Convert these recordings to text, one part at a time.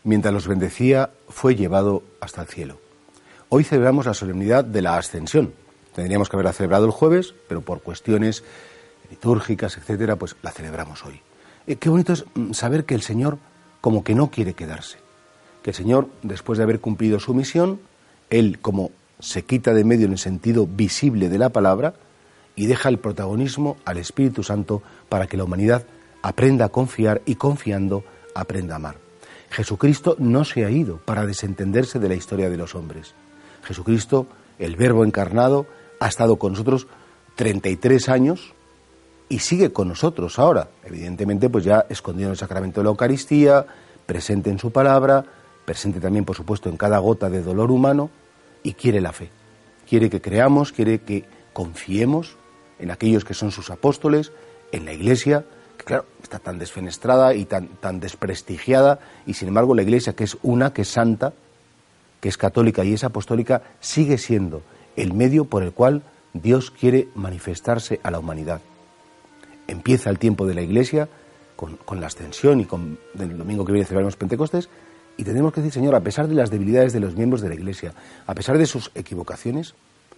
mientras los bendecía, fue llevado hasta el cielo. Hoy celebramos la solemnidad de la Ascensión. Tendríamos que haberla celebrado el jueves, pero por cuestiones litúrgicas, etcétera, pues la celebramos hoy. Qué bonito es saber que el Señor como que no quiere quedarse. Que el Señor, después de haber cumplido su misión, Él como se quita de medio en el sentido visible de la palabra y deja el protagonismo al Espíritu Santo para que la humanidad aprenda a confiar y confiando aprenda a amar. Jesucristo no se ha ido para desentenderse de la historia de los hombres. Jesucristo, el Verbo encarnado, ha estado con nosotros 33 años y sigue con nosotros ahora. Evidentemente, pues ya escondido en el sacramento de la Eucaristía, presente en su palabra, presente también, por supuesto, en cada gota de dolor humano, y quiere la fe. Quiere que creamos, quiere que confiemos en aquellos que son sus apóstoles, en la Iglesia, que claro, está tan desfenestrada y tan desprestigiada, y sin embargo la Iglesia, que es una, que es santa, que es católica y es apostólica, sigue siendo el medio por el cual Dios quiere manifestarse a la humanidad. Empieza el tiempo de la Iglesia con la ascensión y con el domingo que viene celebraremos Pentecostés, y tendremos que decir, Señor, a pesar de las debilidades de los miembros de la Iglesia, a pesar de sus equivocaciones,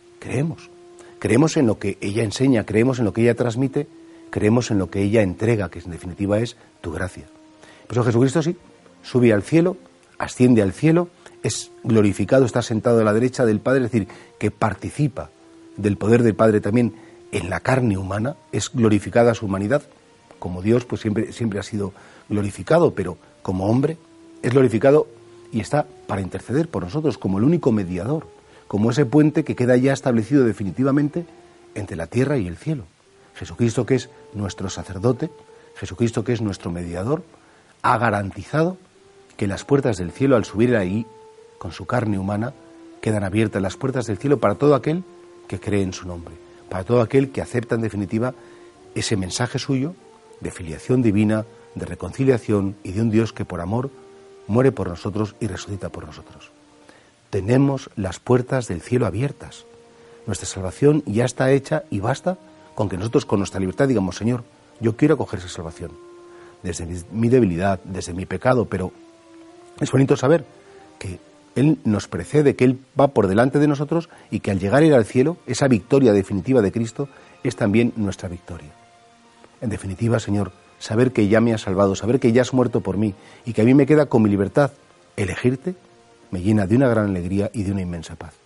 creemos en lo que ella enseña, creemos en lo que ella transmite, creemos en lo que ella entrega, que en definitiva es tu gracia. Por eso Jesucristo sí, sube al cielo, asciende al cielo, es glorificado, está sentado a la derecha del Padre, es decir, que participa del poder del Padre también en la carne humana, es glorificada su humanidad, como Dios pues siempre ha sido glorificado, pero como hombre es glorificado y está para interceder por nosotros como el único mediador, como ese puente que queda ya establecido definitivamente entre la tierra y el cielo. Jesucristo, que es nuestro sacerdote, Jesucristo, que es nuestro mediador, ha garantizado que las puertas del cielo, al subir ahí con su carne humana, quedan abiertas las puertas del cielo para todo aquel que cree en su nombre, para todo aquel que acepta en definitiva ese mensaje suyo de filiación divina, de reconciliación y de un Dios que por amor muere por nosotros y resucita por nosotros. Tenemos las puertas del cielo abiertas. Nuestra salvación ya está hecha y basta con que nosotros con nuestra libertad digamos, Señor, yo quiero acoger esa salvación desde mi debilidad, desde mi pecado, pero es bonito saber que Él nos precede, que Él va por delante de nosotros y que al llegar a ir al cielo, esa victoria definitiva de Cristo es también nuestra victoria. En definitiva, Señor, saber que ya me has salvado, saber que ya has muerto por mí y que a mí me queda con mi libertad elegirte, me llena de una gran alegría y de una inmensa paz.